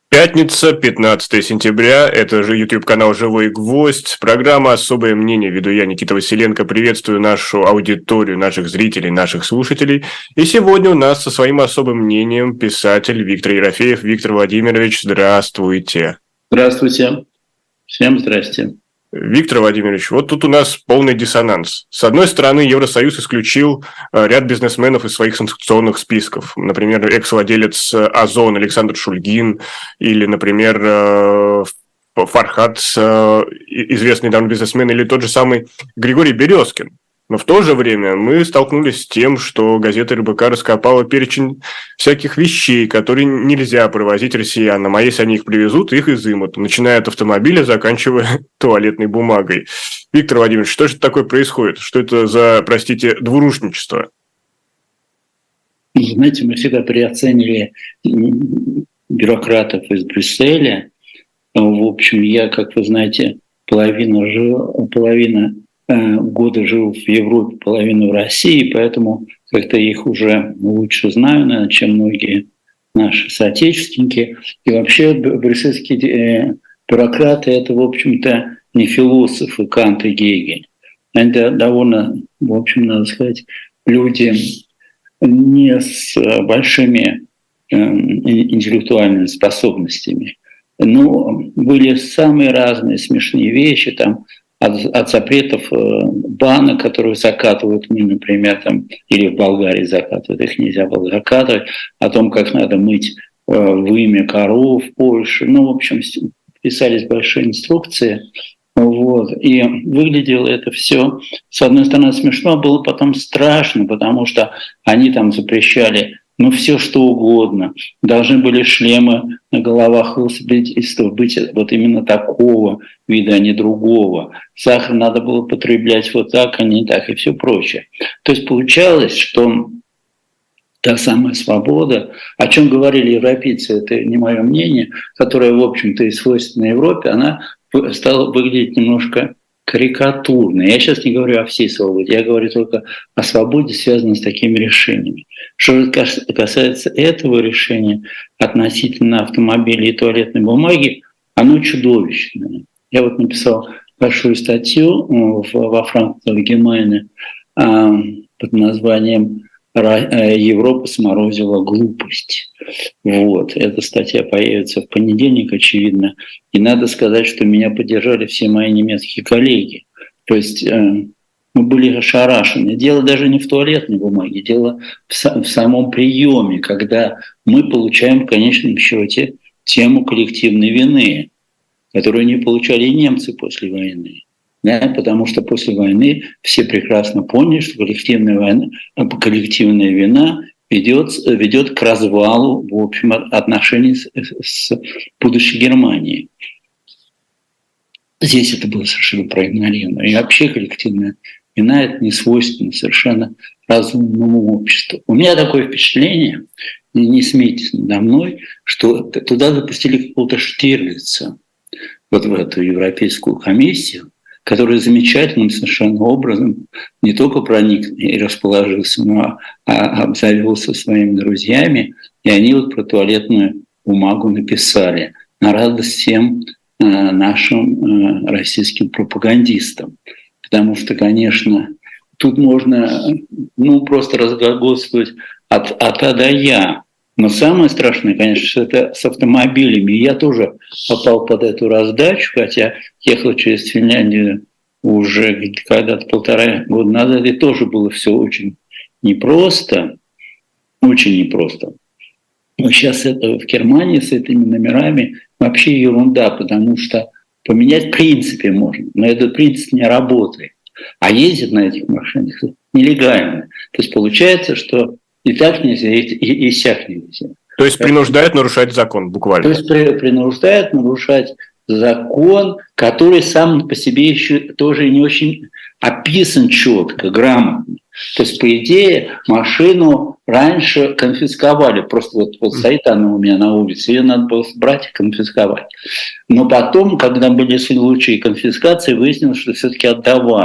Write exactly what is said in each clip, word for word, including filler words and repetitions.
Пятница, пятнадцатое сентября, это же YouTube-канал «Живой гвоздь», программа «Особое мнение». Веду я, Никита Василенко, приветствую нашу аудиторию, наших зрителей, наших слушателей. И сегодня у нас со своим особым мнением писатель Виктор Ерофеев. Виктор Владимирович, здравствуйте. Здравствуйте. Всем здрасте. Виктор Владимирович, вот тут у нас полный диссонанс. С одной стороны, Евросоюз исключил ряд бизнесменов из своих санкционных списков. Например, экс-владелец Озон Александр Шульгин или, например, Фархад, известный давно бизнесмен, или тот же самый Григорий Березкин. Но в то же время мы столкнулись с тем, что газета эр бэ ка раскопала перечень всяких вещей, которые нельзя провозить россиянам. А если они их привезут, их изымут, начиная от автомобиля, заканчивая туалетной бумагой. Виктор Владимирович, что же такое происходит? Что это за, простите, двурушничество? Знаете, мы всегда переоценили бюрократов из Брюсселя. В общем, я, как вы знаете, половина жил, половина года жил в Европе, половину в России, поэтому как-то их уже лучше знаю, наверное, чем многие наши соотечественники. И вообще брюссельские бюрократы — это, в общем-то, не философы Кант и Гегель. Они довольно, в общем, надо сказать, люди не с большими интеллектуальными способностями. Но были самые разные смешные вещи, там, От, от запретов э, банок, которые закатывают мы, например, там, или в Болгарии закатывают, их нельзя было закатывать, о том, как надо мыть э, вымя коров в Польше. Ну, в общем, писались большие инструкции. Вот. И выглядело это все, с одной стороны, смешно, было потом страшно, потому что они там запрещали ну, все что угодно. Должны были шлемы на головах велосипедистов быть вот именно такого вида, а не другого. Сахар надо было потреблять вот так, а не так, и все прочее. То есть получалось, что та самая свобода, о чем говорили европейцы, это не мое мнение, которая, в общем-то, и свойственна Европе, она стала выглядеть немножко карикатурно. Я сейчас не говорю о всей свободе, я говорю только о свободе, связанной с такими решениями. Что касается этого решения относительно автомобилей и туалетной бумаги, оно чудовищное. Я вот написал большую статью во Frankfurt Allgemeine под названием «Европа сморозила глупость». Вот. Эта статья появится в понедельник, очевидно. И надо сказать, что меня поддержали все мои немецкие коллеги. То есть э, мы были ошарашены. Дело даже не в туалетной бумаге, дело в, в самом приеме, когда мы получаем в конечном счете тему коллективной вины, которую не получали и немцы после войны. Да, потому что после войны все прекрасно поняли, что коллективная, война, коллективная вина ведет, ведет к развалу, в общем, отношений с, с будущей Германией. Здесь это было совершенно проигнорировано. И вообще коллективная вина — это не свойственно совершенно разумному обществу. У меня такое впечатление, не смейтесь надо мной, что туда запустили какого-то Штирлица, вот в эту Европейскую комиссию, который замечательным совершенно образом не только проник и расположился, но а обзавелся своими друзьями, и они вот про туалетную бумагу написали на радость всем э, нашим э, российским пропагандистам. Потому что, конечно, тут можно ну, просто разглагольствовать от, от А до Я. Но самое страшное, конечно, что это с автомобилями. Я тоже попал под эту раздачу, хотя ехал через Финляндию уже когда-то полтора года назад, и тоже было все очень непросто, очень непросто. Но сейчас это в Германии с этими номерами вообще ерунда, потому что поменять в принципе можно, но этот принцип не работает. А ездить на этих машинах нелегально. То есть получается, что и так нельзя, и, и, и сяк нельзя. То есть принуждает нарушать закон, буквально. То есть при, принуждает нарушать закон, который сам по себе еще тоже не очень описан четко, грамотно. То есть, по идее, машину раньше конфисковали. Просто вот, вот стоит она у меня на улице, ее надо было брать и конфисковать. Но потом, когда были случаи конфискации, выяснилось, что все-таки отдавали.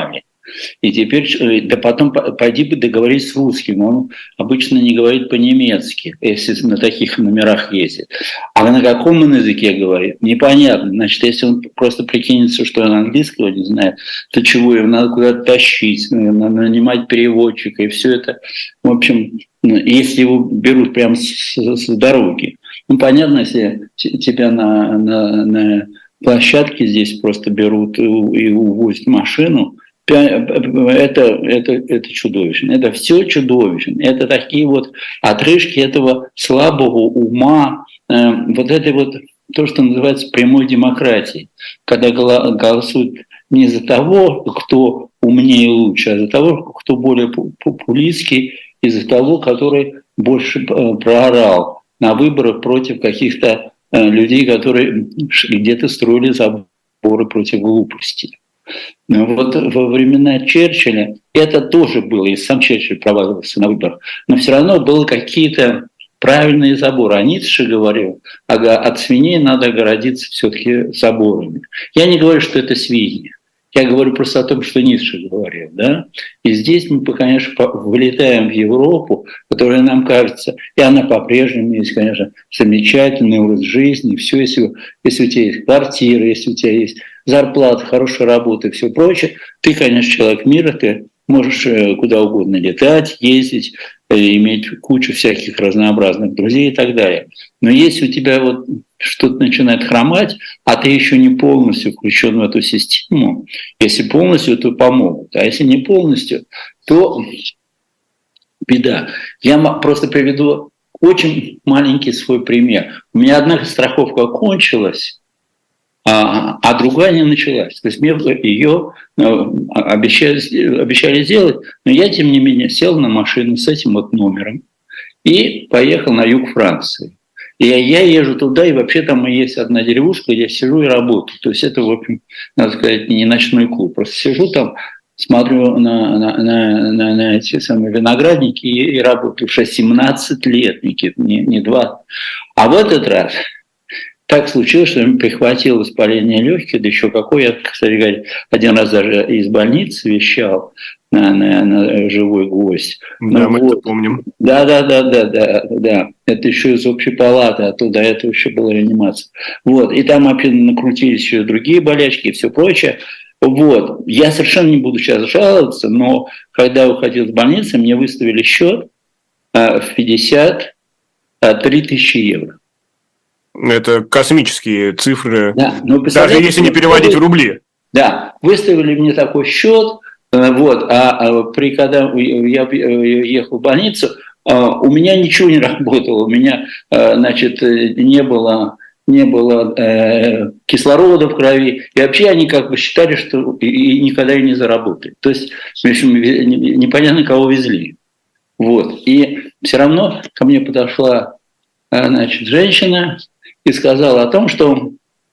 И теперь, да потом пойди бы договорись с русским. Он обычно не говорит по-немецки, если на таких номерах ездит. А на каком он языке говорит? Непонятно. Значит, если он просто прикинется, что он английского не знает, то чего, его надо куда-то тащить, надо нанимать переводчика, и все это, в общем, если его берут прямо с, с дороги. Ну, понятно, если тебя на, на, на площадке здесь просто берут и увозят машину, Это, это, это чудовищно. Это все чудовищно. Это такие вот отрыжки этого слабого ума, э, вот это вот то, что называется прямой демократией. Когда голосуют не за того, кто умнее и лучше, а за того, кто более популистский, и за того, который больше проорал на выборах против каких-то людей, которые где-то строили заборы против глупости. Вот во времена Черчилля это тоже было, и сам Черчилль проваливался на выборах, но все равно были какие-то правильные заборы. А Ницше говорил, от свиней надо огородиться все-таки заборами. Я не говорю, что это свиньи. Я говорю просто о том, что Ницше говорил. Да? И здесь мы, конечно, вылетаем в Европу, которая нам кажется, и она по-прежнему есть, конечно, замечательный образ жизни. Все, если, если у тебя есть квартира, если у тебя есть зарплата, хорошая работа и все прочее, ты, конечно, человек мира, ты можешь куда угодно летать, ездить, иметь кучу всяких разнообразных друзей и так далее. Но если у тебя вот что-то начинает хромать, а ты еще не полностью включен в эту систему, если полностью, то помогут. А если не полностью, то беда. Я просто приведу очень маленький свой пример. У меня одна страховка кончилась, а, а другая не началась. То есть мне ее обещали, обещали сделать, но я, тем не менее, сел на машину с этим вот номером и поехал на юг Франции. И я езжу туда, и вообще там есть одна деревушка, где я сижу и работаю. То есть это, в общем, надо сказать, не ночной клуб. Просто сижу там, смотрю на, на, на, на, на эти самые виноградники и, и работаю уже семнадцать лет, Никита, не, не двадцать. А в этот раз так случилось, что я прихватил воспаление легких, да еще какой, я, кстати говоря, один раз даже из больницы вещал на, на, на живой гвоздь. Да, ну, мы вот это помним. Да, да, да, да, да, да. Это еще из общей палаты, а то до этого еще была реанимация. Вот. И там опять накрутились еще другие болячки и все прочее. Вот. Я совершенно не буду сейчас жаловаться, но когда уходил из больницы, мне выставили счет в пятьдесят три тысячи евро. Это космические цифры, да, даже если не переводить в рубли. Да, выставили мне такой счет, вот, а, а при, когда я ехал в больницу, у меня ничего не работало, у меня, значит, не было, не было э, кислорода в крови, и вообще они как бы считали, что и никогда и не заработают. То есть, в общем, непонятно, кого везли. Вот, и все равно ко мне подошла, значит, женщина, и сказала о том, что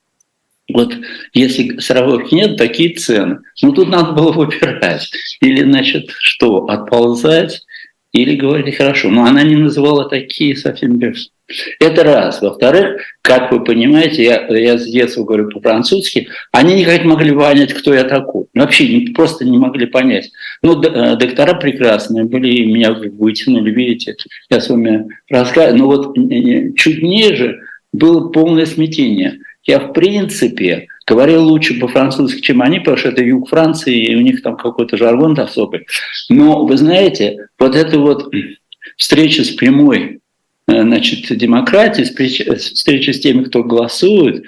вот если страховки нет, такие цены. Ну, тут надо было выбирать. Или, значит, что, отползать, или говорить хорошо. Но она не называла такие совсем без. Это раз. Во-вторых, как вы понимаете, я, я с детства говорю по-французски, они никак не могли понять, кто я такой. Вообще не, просто не могли понять. Ну, доктора прекрасные были, меня вытянули, видите, я с вами рассказываю. Но вот чуть ниже было полное смятение. Я, в принципе, говорил лучше по-французски, чем они, потому что это юг Франции, и у них там какой-то жаргон особый. Но, вы знаете, вот эта вот встреча с прямой, значит, демократией, встреча с теми, кто голосует,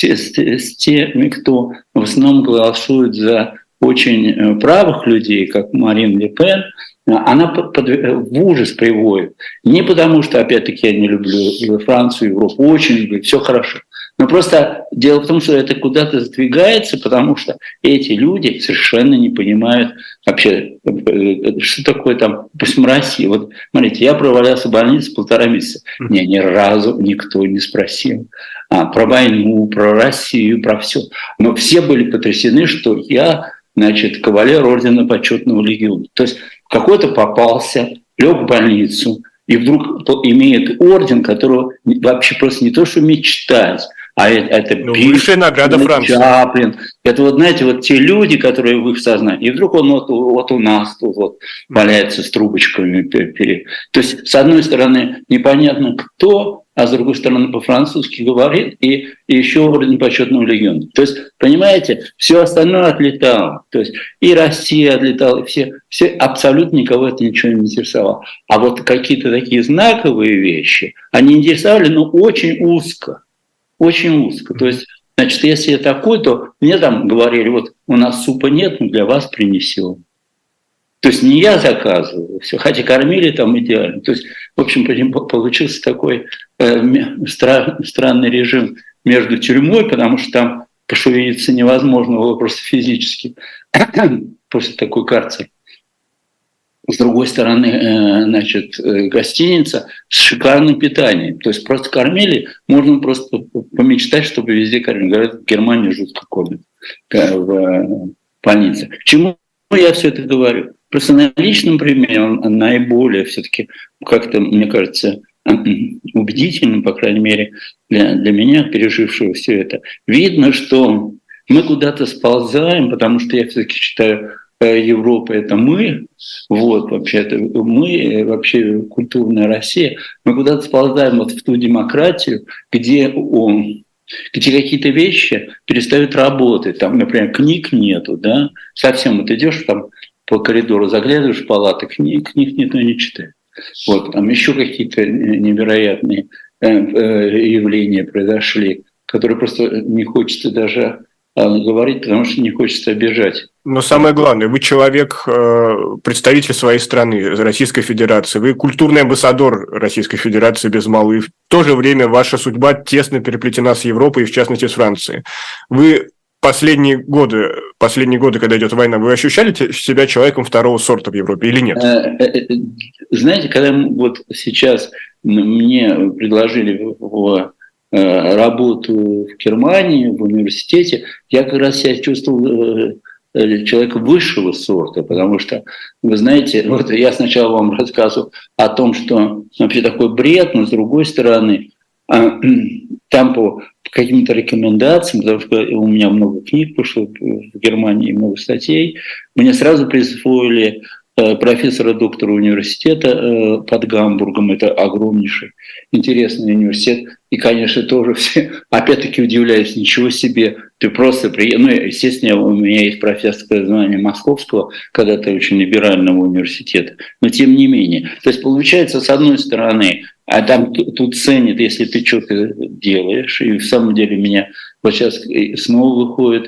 с теми, кто в основном голосует за очень правых людей, как Марин Ле Пен, она в ужас приводит. Не потому, что, опять-таки, я не люблю Францию, Европу, очень люблю, все хорошо. Но просто дело в том, что это куда-то сдвигается, потому что эти люди совершенно не понимают вообще, что такое там, допустим, Россия. Вот, смотрите, я провалялся в больнице полтора месяца. Меня ни разу никто не спросил а, про войну, про Россию, про все. Но все были потрясены, что я, значит, кавалер ордена почетного легиона. То есть какой-то попался, лег в больницу, и вдруг имеет орден, которого вообще просто не то, что мечтать, А это ну, высшая награда Франции. Чаплин. Это вот, знаете, вот те люди, которые в их сознании. И вдруг он вот, вот у нас тут вот валяется с трубочками. То есть, с одной стороны, непонятно кто, а с другой стороны, по-французски говорит, и, и еще орден почетного легиона. То есть, понимаете, все остальное отлетало. То есть и Россия отлетала, и все, все, абсолютно никого это ничего не интересовало. А вот какие-то такие знаковые вещи, они интересовали, но очень узко. Очень узко. То есть, значит, если я такой, то мне там говорили, вот у нас супа нет, но для вас принесем. То есть не я заказывал все, хотя кормили там идеально. То есть, в общем, получился такой э, стра- странный режим между тюрьмой, потому что там пошевелиться невозможно было просто физически после такой карцер. С другой стороны, э, значит, э, гостиница с шикарным питанием. То есть просто кормили, можно просто помечтать, чтобы везде кормили. Говорят, в Германии жутко кормят э, в э, больнице. К чему я все это говорю? Просто на личном примере он наиболее все-таки как-то, мне кажется, убедительным, по крайней мере, для, для меня, пережившего все это. Видно, что мы куда-то сползаем, потому что я все-таки считаю, Европа – это мы, вот, вообще, это мы, вообще культурная Россия. Мы куда-то сползаем вот в ту демократию, где он, где какие-то вещи перестают работать. Там, например, книг нету, да, совсем вот идешь там по коридору, заглядываешь в палаты, книг, книг никто не читает. Вот, там еще какие-то невероятные явления произошли, которые просто не хочется даже говорить, потому что не хочется обижать. Но самое главное, вы человек, представитель своей страны, Российской Федерации, вы культурный амбассадор Российской Федерации без малой. В то же время ваша судьба тесно переплетена с Европой и, в частности, с Францией. Вы последние годы, последние годы, когда идет война, вы ощущали себя человеком второго сорта в Европе или нет? Знаете, когда вот сейчас мне предложили в работу в Германии, в университете, я как раз себя чувствовал человека высшего сорта, потому что, вы знаете, вот я сначала вам рассказывал о том, что вообще такой бред, но с другой стороны, там по каким-то рекомендациям, потому что у меня много книг пошло в Германии, много статей, мне сразу присвоили профессора-доктора университета под Гамбургом, это огромнейший, интересный университет, и, конечно, тоже все, опять-таки удивляюсь, ничего себе, ты просто приехал, ну, естественно, у меня есть профессорское звание Московского, когда-то очень либерального университета, но тем не менее. То есть получается, с одной стороны, а там тут ценят, если ты что-то делаешь, и в самом деле меня вот сейчас снова выходит,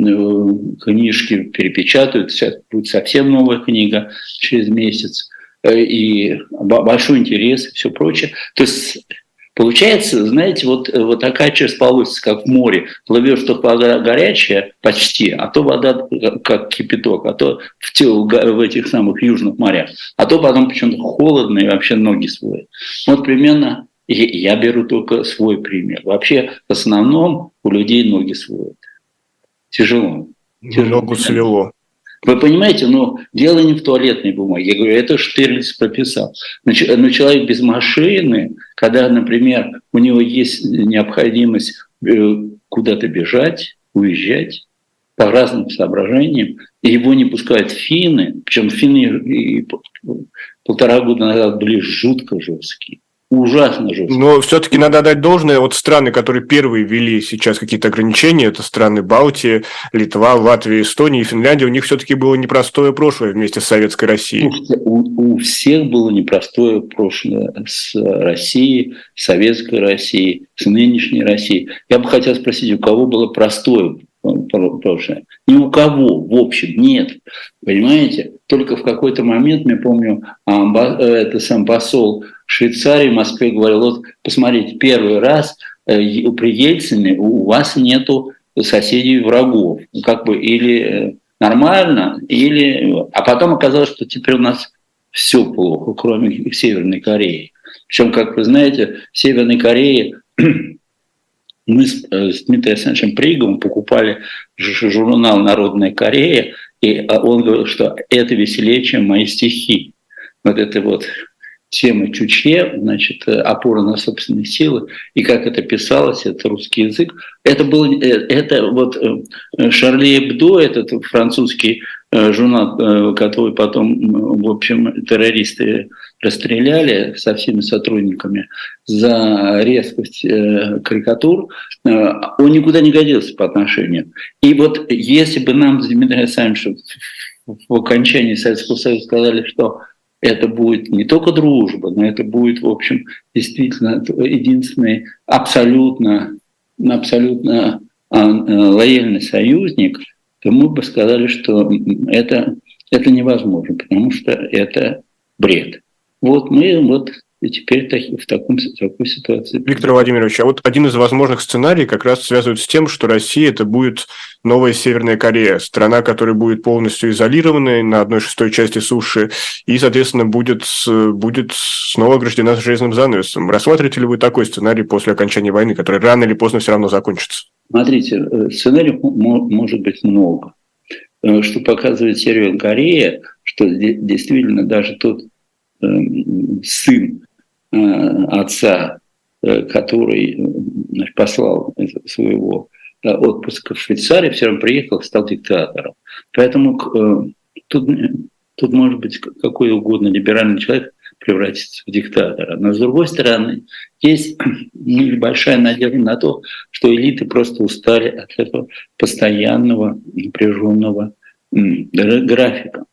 книжки перепечатают, сейчас будет совсем новая книга через месяц, и большой интерес и все прочее. То есть получается, знаете, вот, вот такая часть полоса, как в море, плывешь, то вода горячая почти, а то вода как кипяток, а то в, те, в этих самых южных морях, а то потом почему-то холодно и вообще ноги сводят. Вот примерно я беру только свой пример. Вообще в основном у людей ноги сводят. Тяжело. Тяжело. Ногу свело. Вы понимаете, но дело не в туалетной бумаге. Я говорю, это Штирлиц прописал. Но человек без машины, когда, например, у него есть необходимость куда-то бежать, уезжать по разным соображениям, и его не пускают финны, причем финны полтора года назад были жутко жесткие. Ужасно жестко. Но все-таки надо дать должное. Вот страны, которые первые ввели сейчас какие-то ограничения, это страны Балтии, Литва, Латвия, Эстония и Финляндия, у них все-таки было непростое прошлое вместе с Советской Россией. У, у всех было непростое прошлое с Россией, с Советской Россией, с нынешней Россией. Я бы хотел спросить, у кого было простое прошлое? Ни у кого, в общем, нет. Понимаете? Только в какой-то момент, я помню, это сам посол Швейцарии в Москве говорил, вот посмотрите, первый раз при Ельцине у вас нету соседей врагов. Как бы или нормально, или... А потом оказалось, что теперь у нас все плохо, кроме Северной Кореи. Причем, как вы знаете, в Северной Корее мы с, с Дмитрием Александровичем Приговым покупали журнал «Народная Корея», и он говорил, что это веселее, чем мои стихи. Вот это вот тема Чучье, значит, опора на собственные силы, и как это писалось, это русский язык. Это был, это вот Шарли Эбдо, этот французский журнал, который потом, в общем, террористы расстреляли со всеми сотрудниками за резкость карикатур, он никуда не годился по отношению. И вот если бы нам с Дмитрием Александровичем в окончании Советского Союза сказали, что это будет не только дружба, но это будет, в общем, действительно единственный абсолютно, абсолютно лояльный союзник, то мы бы сказали, что это, это невозможно, потому что это бред. Вот мы вот и теперь в, таком, в такой ситуации. Виктор Владимирович, а вот один из возможных сценариев как раз связывают с тем, что Россия – это будет новая Северная Корея, страна, которая будет полностью изолированной на одной шестой части суши и, соответственно, будет, будет снова ограждена железным занавесом. Рассматриваете ли вы такой сценарий после окончания войны, который рано или поздно все равно закончится? Смотрите, сценариев может быть много. Что показывает Северная Корея, что действительно даже тот сын отца, который послал своего отпуска в Швейцарию, все равно приехал, стал диктатором. Поэтому тут, тут может быть какой угодно либеральный человек превратиться в диктатора. Но с другой стороны, есть небольшая надежда на то, что элиты просто устали от этого постоянного напряженного графика.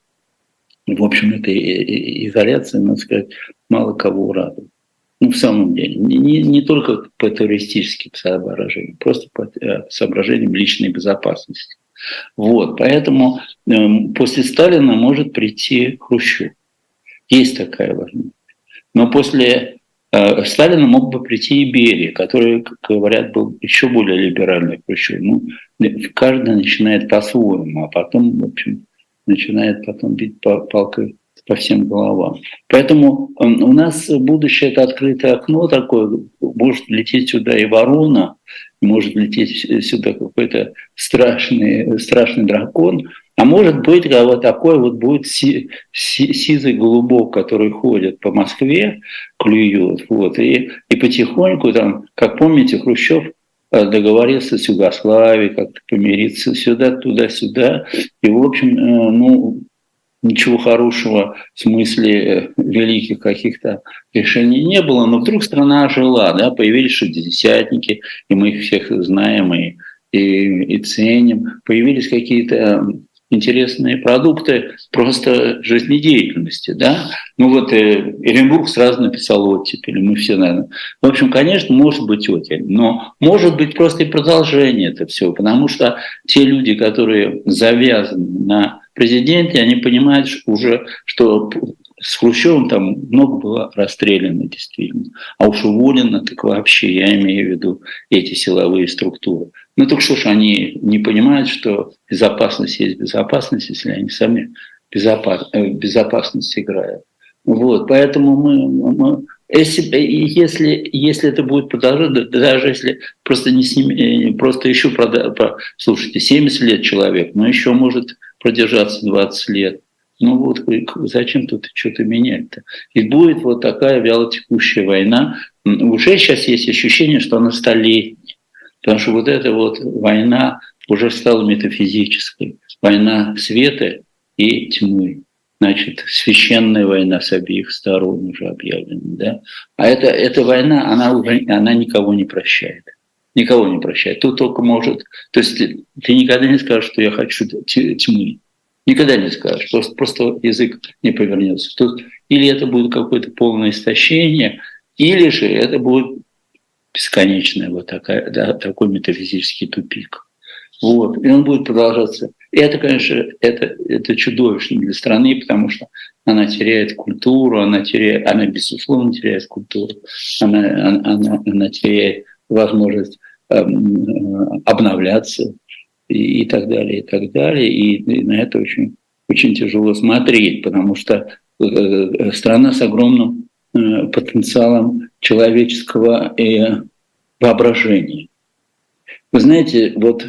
В общем, эта изоляция, надо сказать, мало кого радует. Ну, в самом деле, не, не только по террористическим соображениям, просто по соображениям личной безопасности. Вот, поэтому э, после Сталина может прийти Хрущев. Есть такая возможность. Но после э, Сталина мог бы прийти и Берия, который, как говорят, был еще более либеральный Хрущев. Ну, каждый начинает по-своему, а потом, в общем, начинает потом бить палкой по всем головам. Поэтому у нас будущее – это открытое окно такое. Может лететь сюда и ворона, может лететь сюда какой-то страшный, страшный дракон, а может быть вот такой вот будет си, си, сизый голубок, который ходит по Москве, клюет, вот, и, и потихоньку, там, как помните, Хрущев договорился с Югославией, как-то помириться сюда, туда-сюда. И, в общем, ну, ничего хорошего в смысле великих каких-то решений не было. Но вдруг страна ожила, да, появились шестидесятники, и мы их всех знаем и, и, и ценим. Появились какие-то интересные продукты просто жизнедеятельности, да. Ну вот э, Эренбург сразу написал оттепель, мы все, наверное. В общем, конечно, может быть оттепель, но может быть просто и продолжение это все, потому что те люди, которые завязаны на президенте, они понимают уже, что с Хрущевым там много было расстреляно действительно, а уж уволено, так вообще, я имею в виду эти силовые структуры. Ну так что ж, они не понимают, что безопасность есть безопасность, если они сами безопас, безопасность играют. Вот, поэтому мы, мы если, если, если это будет продолжаться, даже если просто не с ними, просто еще прода, слушайте, семьдесят лет человек, но еще может продержаться двадцать лет. Ну вот зачем тут что-то менять-то? И будет вот такая вялотекущая война. Уже сейчас есть ощущение, что она столетняя. Потому что вот эта вот война уже стала метафизической. Война света и тьмы. Значит, священная война с обеих сторон уже объявлена. Да? А эта, эта война, она уже она никого не прощает. Никого не прощает. Тут только может... То есть ты, ты никогда не скажешь, что я хочу тьмы. Никогда не скажешь. Просто, просто язык не повернется. Тут или это будет какое-то полное истощение, или же это будет бесконечный вот такая, да, такой метафизический тупик. Вот. И он будет продолжаться. И это, конечно, это, это чудовищно для страны, потому что она теряет культуру, она, теряет, она безусловно теряет культуру, она, она, она теряет возможность эм, обновляться и, и так далее, и так далее. И, и на это очень, очень тяжело смотреть, потому что э, страна с огромным э, потенциалом человеческого э, воображения. Вы знаете, вот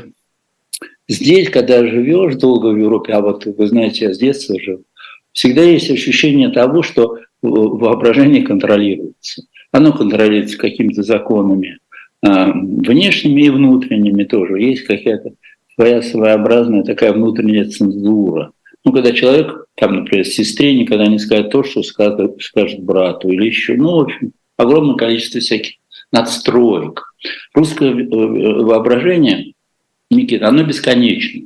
здесь, когда живешь долго в Европе, а вот вы знаете, я с детства жил, всегда есть ощущение того, что воображение контролируется. Оно контролируется какими-то законами внешними и внутренними тоже. Есть какая-то своя своеобразная такая внутренняя цензура. Ну, когда человек, там, например, сестре никогда не скажет то, что скажет, скажет брату или еще. Ну, в общем, огромное количество всяких надстроек. Русское воображение, Никита, оно бесконечно.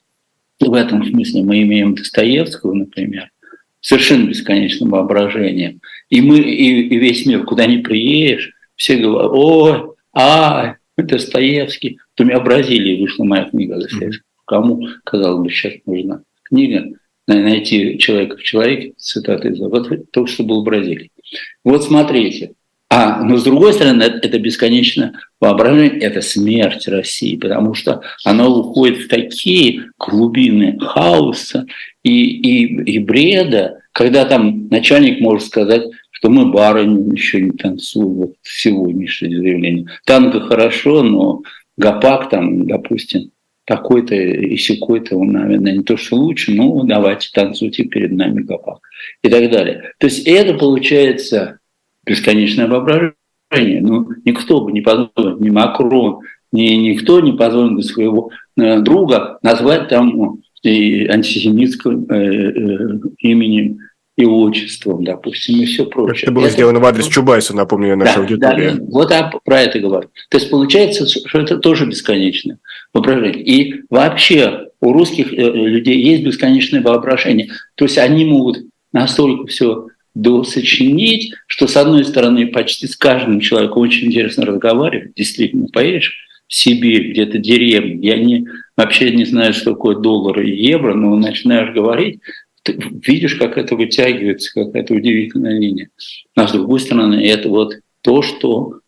В этом смысле мы имеем Достоевского, например, совершенно бесконечным воображением. И мы, и, и весь мир, куда ни приедешь, все говорят: ой, а, Достоевский. То у меня в Бразилии вышла моя книга Достоевского. Кому, казалось бы, сейчас нужна книга «Найти человека в человеке», цитаты из вот только что был в Бразилии. Вот смотрите. А, но с другой стороны, это бесконечное воображение, это смерть России, потому что оно уходит в такие глубины хаоса и, и, и бреда, когда там начальник может сказать, что мы барыню еще не танцуем, вот сегодняшнее заявление. Танго хорошо, но гопак там, допустим, такой-то и сякой-то, он, наверное, не то, что лучше, но давайте танцуйте перед нами гопак и так далее. То есть это получается бесконечное воображение. Ну, никто бы не позволил, ни Макрон, ни никто не позволил бы своего э, друга назвать там и антисемитским э, э, именем и отчеством, допустим, и все прочее. Это было это сделано в адрес Чубайса, напомню, нашей да, аудитории. Да, вот я про это говорю. То есть получается, что это тоже бесконечное воображение. И вообще у русских людей есть бесконечное воображение. То есть они могут настолько все досочинить, что, с одной стороны, почти с каждым человеком очень интересно разговаривать. Действительно, поедешь в Сибирь, где-то деревня, я не, вообще не знаю, что такое доллар и евро, но начинаешь говорить, ты видишь, как это вытягивается, какая-то удивительная линия. А с другой стороны, это вот то, что,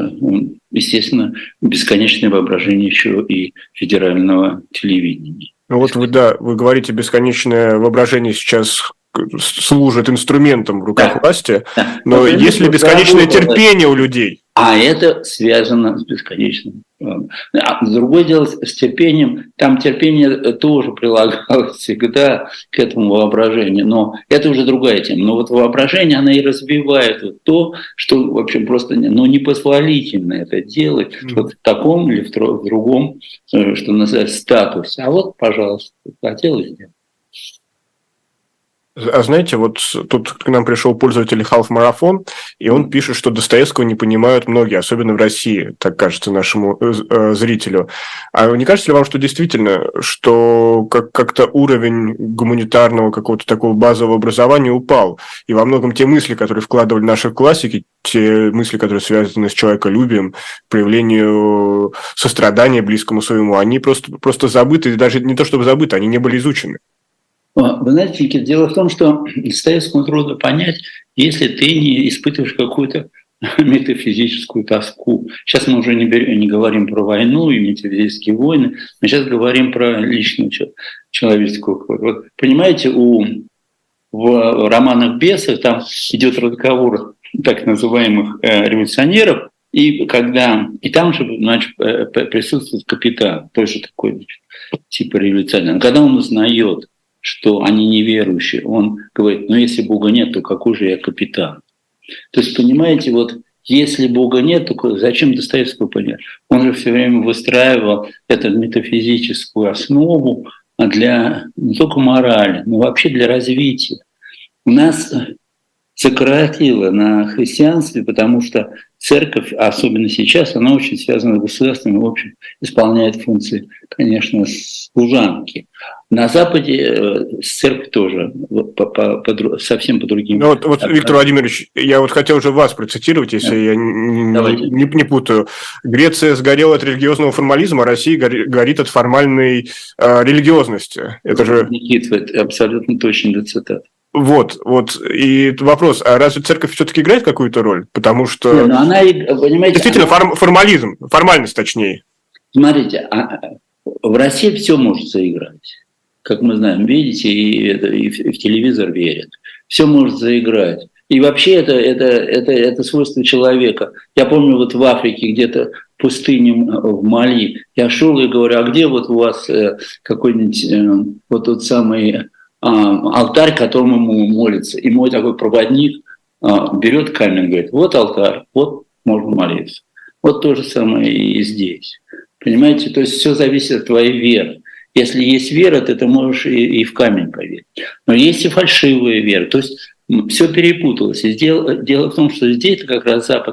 естественно, бесконечное воображение еще и федерального телевидения. Ну вот вы, да, вы говорите, бесконечное воображение сейчас служит инструментом в руках да. власти, да. но вот есть ли бесконечное терпение у людей? А это связано с бесконечным. А другое дело с терпением. Там терпение тоже прилагалось всегда к этому воображению. Но это уже другая тема. Но вот воображение, оно и развивает вот то, что вообще просто ну, непозволительно это делать mm. вот в таком или в другом, что называется, статусе. А вот, пожалуйста, хотелось сделать. А знаете, вот тут к нам пришел пользователь Half Marathon, и он пишет, что Достоевского не понимают многие, особенно в России, так кажется нашему э, зрителю. А не кажется ли вам, что действительно, что как- как-то уровень гуманитарного какого-то такого базового образования упал? И во многом те мысли, которые вкладывали наши классики, те мысли, которые связаны с человеколюбием, проявлению сострадания близкому своему, они просто, просто забыты, даже не то чтобы забыты, они не были изучены. Вы знаете, Никита, дело в том, что Достоевскому трудно понять, если ты не испытываешь какую-то метафизическую тоску. Сейчас мы уже не, берем, не говорим про войну и метафизические войны, мы сейчас говорим про личную человеческую. Вот, понимаете, у, в романах Бесов там идет разговор так называемых э, революционеров, и когда и там же значит, присутствует капитан, тоже такой значит, типа революционер. Когда он узнает, что они неверующие, он говорит, ну если Бога нет, то какой же я капитан? То есть, понимаете, вот если Бога нет, то зачем Достоевского понять? Он же все время выстраивал эту метафизическую основу для не только морали, но вообще для развития. У нас сократило на христианстве, потому что церковь, особенно сейчас, она очень связана с государством и, в общем, исполняет функции, конечно, служанки. На Западе церковь тоже по, по, по, совсем по другим. Ну, вот, вот, Виктор Владимирович, я вот хотел уже вас процитировать, если да. я не, не, не путаю. Греция сгорела от религиозного формализма, а Россия горит от формальной э, религиозности. Это же... Никита, это абсолютно точно цитата. Вот, вот. И вопрос, а разве церковь все-таки играет какую-то роль? Потому что... Нет, но она, понимаете, действительно, она... форм, формализм, формальность точнее. Смотрите, в России все может заиграть. Как мы знаем, видите, и, это, и, в, и в телевизор верят. Все может заиграть. И вообще это, это, это, это свойство человека. Я помню, вот в Африке, где-то в пустыне в Мали, я шел и говорю, а где вот у вас какой-нибудь вот тот самый... алтарь, которому ему молится. И мой такой проводник берет камень, говорит, вот алтарь, вот можно молиться. Вот то же самое и здесь. Понимаете, то есть все зависит от твоей веры. Если есть вера, то ты можешь и, и в камень поверить. Но есть и фальшивая вера. То есть все перепуталось. И дело, дело в том, что здесь как раз Запад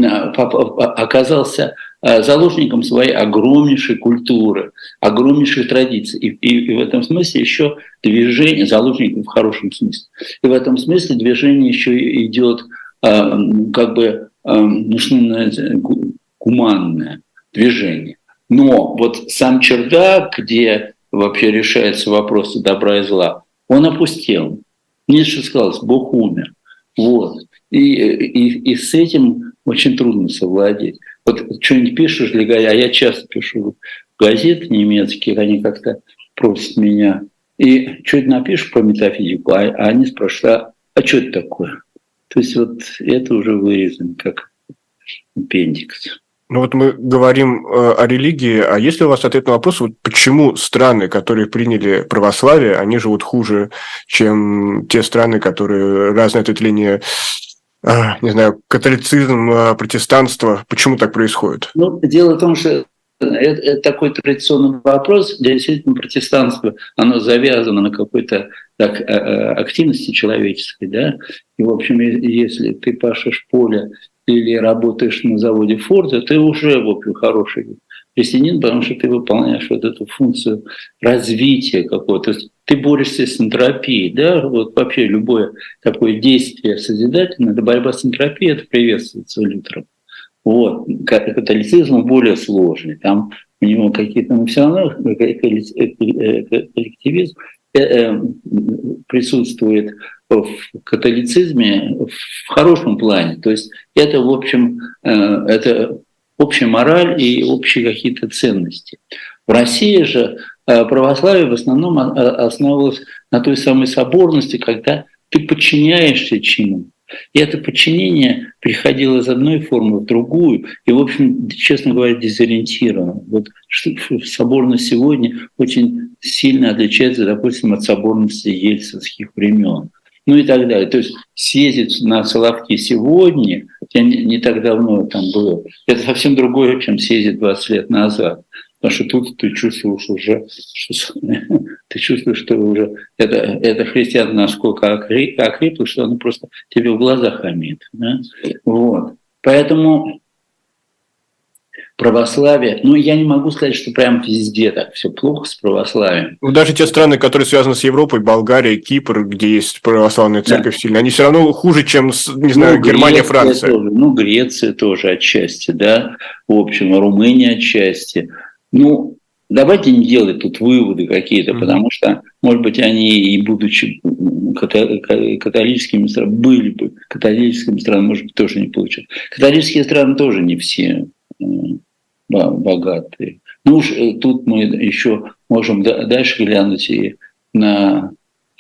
оказался заложником своей огромнейшей культуры, огромнейшей традиции. И, и, и в этом смысле еще движение, заложником в хорошем смысле, и в этом смысле движение еще идет как бы, ну что называется, гуманное движение. Но вот сам чердак, где вообще решаются вопросы добра и зла, он опустел. Ницше сказал, Бог умер. Вот. И, и, и с этим очень трудно совладеть. Вот что-нибудь пишешь для газет, а я часто пишу газеты немецкие, они как-то просят меня. И что-то напишешь про метафизику, а, а они спрашивают, а, а что это такое? То есть вот это уже вырезано как аппендикс. Ну вот мы говорим э, о религии, а есть ли у вас ответ на вопрос, вот почему страны, которые приняли православие, они живут хуже, чем те страны, которые разное ответвление, э, не знаю, католицизм, э, протестанство, почему так происходит? Ну, дело в том, что это, это такой традиционный вопрос, действительно протестанство, оно завязано на какой-то так, активности человеческой, да, и, в общем, если ты пашешь поле или работаешь на заводе Форда, ты уже, в общем, хороший христианин, потому что ты выполняешь вот эту функцию развития какого-то. То есть ты борешься с энтропией, да, вот вообще любое такое действие созидательное, это борьба с энтропией, это приветствуется Лютером. Вот. Католицизм более сложный, там у него какие-то, но все равно коллективизм присутствует в католицизме в хорошем плане. То есть это, в общем, это общая мораль и общие какие-то ценности. В России же православие в основном основывалось на той самой соборности, когда ты подчиняешься чину. И это подчинение приходило из одной формы в другую, и, в общем, честно говоря, дезориентировано. Вот соборность сегодня очень сильно отличается, допустим, от соборности ельцинских времен. Ну и так далее. То есть съездить на Соловки сегодня, я не, не так давно там был, это совсем другое, чем съездить двадцать лет назад. Потому что тут ты чувствуешь уже, что, ты чувствуешь, что уже это, это христиан насколько окрепло, что оно просто тебе в глазах хамит. Да? Вот. Поэтому православие, ну я не могу сказать, что прям везде так все плохо с православием. Ну, даже те страны, которые связаны с Европой, Болгария, Кипр, где есть православная церковь, да, сильная, они все равно хуже, чем, не знаю, ну, Германия, Греция, Франция. Тоже, ну, Греция тоже отчасти, да, в общем, Румыния отчасти. Ну, давайте не делать тут выводы какие-то, mm-hmm. потому что, может быть, они и будучи католическими странами, были бы католическими странами, может быть, тоже не получат. Католические страны тоже не все богатые. Ну уж тут мы еще можем дальше глянуть и на,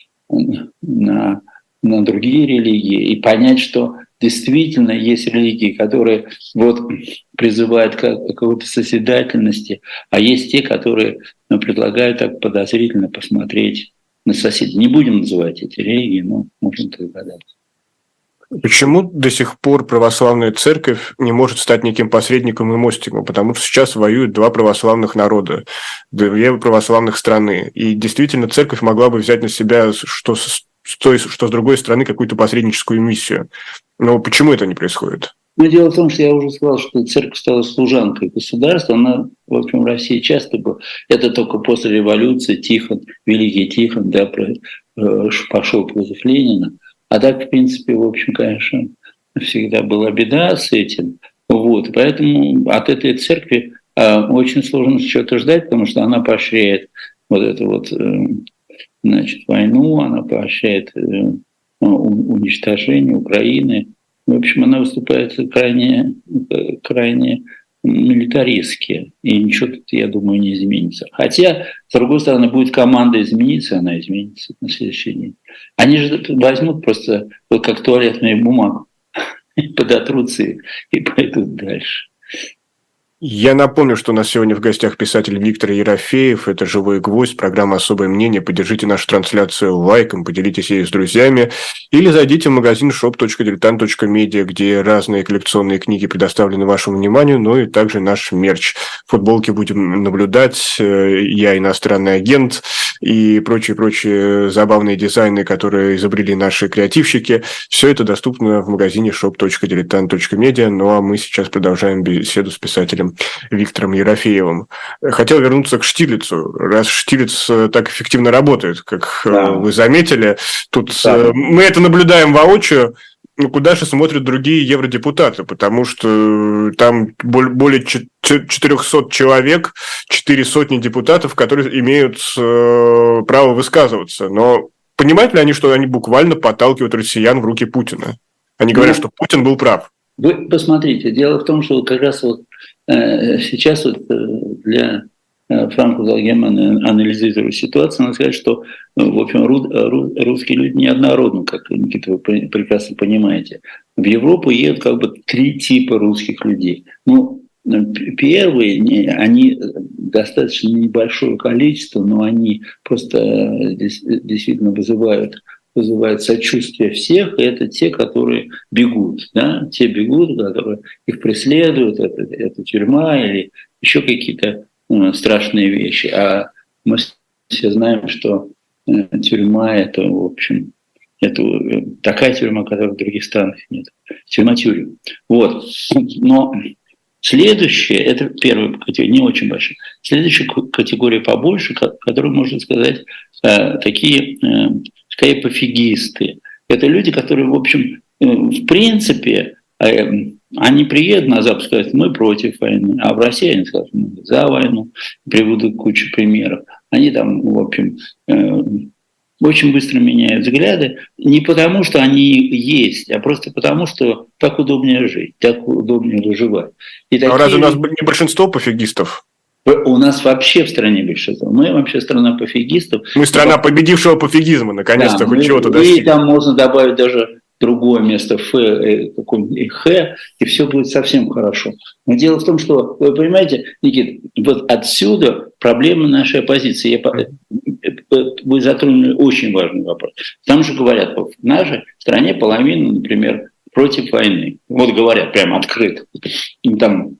на, на другие религии и понять, что действительно есть религии, которые вот призывают к какой-то созидательности, а есть те, которые ну, предлагают так подозрительно посмотреть на соседей. Не будем называть эти религии, но можно догадаться. Почему до сих пор православная церковь не может стать неким посредником и мостиком? Потому что сейчас воюют два православных народа, две православных страны. И действительно церковь могла бы взять на себя, что с той, что с другой стороны, какую-то посредническую миссию. Но почему это не происходит? Ну, дело в том, что я уже сказал, что церковь стала служанкой государства. Она, в общем, в России часто была. Это только после революции Тихон, великий Тихон, да, пошел против Ленина. А так, в принципе, в общем, конечно, всегда была беда с этим. Вот. Поэтому от этой церкви э, очень сложно что-то ждать, потому что она поощряет вот эту вот, э, значит, войну, она поощряет э, уничтожение Украины. В общем, она выступает крайне, крайне милитаристски. И ничего тут, я думаю, не изменится. Хотя, с другой стороны, будет команда измениться, она изменится на следующий день. Они же возьмут просто вот как туалетную бумагу, подотрутся и, и пойдут дальше. Я напомню, что у нас сегодня в гостях писатель Виктор Ерофеев. Это «Живой гвоздь», программа «Особое мнение». Поддержите нашу трансляцию лайком, поделитесь ею с друзьями. Или зайдите в магазин шоп точка дилетант точка медиа, где разные коллекционные книги предоставлены вашему вниманию, но и также наш мерч. Футболки будем наблюдать. Я иностранный агент и прочие-прочие забавные дизайны, которые изобрели наши креативщики. Все это доступно в магазине шоп точка дилетант точка медиа. Ну а мы сейчас продолжаем беседу с писателем Виктором Ерофеевым. Хотел вернуться к Штирлицу. Раз Штирлиц так эффективно работает, как да. вы заметили, тут да. мы это наблюдаем воочию, ну, куда же смотрят другие евродепутаты, потому что там более четырехсот человек, четыре сотни депутатов, которые имеют право высказываться. Но понимают ли они, что они буквально подталкивают россиян в руки Путина? Они говорят, ну, что Путин был прав. Вы посмотрите, дело в том, что как раз вот э, сейчас вот для Франко Залгемана, анализируя ситуацию, надо сказать, что, в общем, ру, ру, русские люди неоднородны, как, Никита, вы прекрасно понимаете. В Европу едут как бы три типа русских людей. Ну, первые, они достаточно небольшое количество, но они просто действительно вызывают вызывает сочувствие всех, и это те, которые бегут, да? Те бегут, которые их преследуют, это, это тюрьма или еще какие-то ну, страшные вещи. А мы все знаем, что э, тюрьма – это, в общем, это такая тюрьма, которой в других странах нет. Тюрьма-тюрьма. Вот. Но следующее, это первая категория, не очень большая. Следующая категория побольше, которую, можно сказать, э, такие... Э, скорее пофигисты. Это люди, которые, в общем, в принципе, они приедут на Запад и скажут, мы против войны, а в России они скажут, мы за войну, приводят кучу примеров. Они там, в общем, очень быстро меняют взгляды, не потому, что они есть, а просто потому, что так удобнее жить, так удобнее выживать. И а такие... разве у нас не большинство пофигистов? У нас вообще в стране большинство. Мы вообще страна пофигистов. Мы страна победившего пофигизма, наконец-то, да, хоть чего-то достигли. И там можно добавить даже другое место Ф, какое-нибудь Х, и все будет совсем хорошо. Но дело в том, что, вы понимаете, Никит, вот отсюда проблема нашей оппозиции. Я, вы затронули очень важный вопрос. Там же говорят, в нашей стране половина, например, против войны. Вот говорят прямо открыто. И там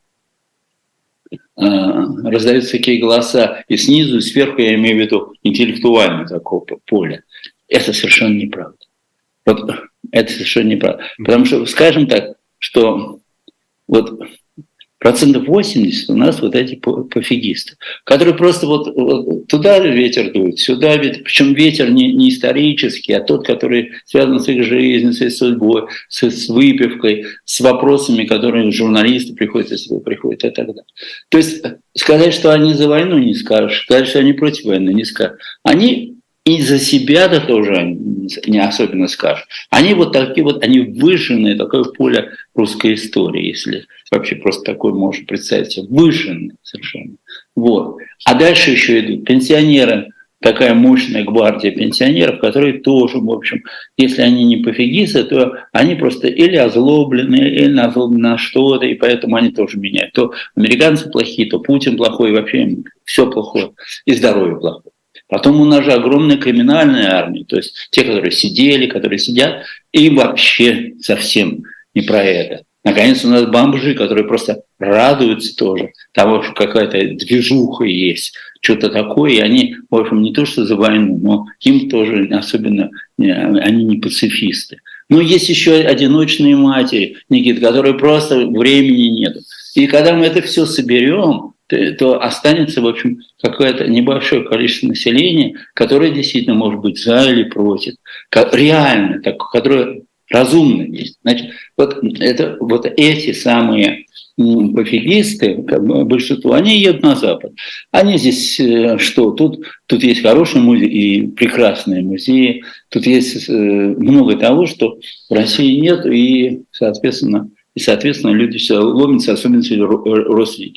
раздаются такие голоса и снизу, и сверху, я имею в виду интеллектуального такого поля. Это совершенно неправда. Вот это совершенно неправда. Потому что, скажем так, что вот процентов восемьдесят у нас вот эти пофигисты, которые просто вот, вот туда ветер дует, сюда ветер, причем ветер не, не исторический, а тот, который связан с их жизнью, с их судьбой, с, с выпивкой, с вопросами, которые журналисты приходят, если приходят и так далее. То есть сказать, что они за войну, не скажешь, сказать, что они против войны, не скажешь. Они и за себя-то тоже не особенно скажут. Они вот такие вот, они выжженные, такое поле русской истории, если вообще просто такое можно представить себе. Выжженные совершенно. Вот. А дальше еще идут пенсионеры, такая мощная гвардия пенсионеров, которые тоже, в общем, если они не пофигисты, то они просто или озлоблены, или озлоблены на что-то, и поэтому они тоже меняют. То американцы плохие, то Путин плохой, и вообще все плохое, и здоровье плохое. Потом у нас же огромная криминальная армия, то есть те, которые сидели, которые сидят, и вообще совсем не про это. Наконец, у нас бомжи, которые просто радуются тоже того, что какая-то движуха есть, что-то такое, и они, в общем, не то что за войну, но им тоже особенно, они не пацифисты. Но есть еще одиночные матери, Никита, которые просто времени нет. И когда мы это все соберем, то останется, в общем, какое-то небольшое количество населения, которое действительно может быть за или против, реально, так, которое разумно есть. Значит, вот, это, вот эти самые пофигисты, большинство, они едут на Запад. Они здесь что? Тут, тут есть хороший музей и прекрасные музеи, тут есть много того, что в России нет, и, соответственно, и, соответственно люди все ломятся, особенно если родственники есть.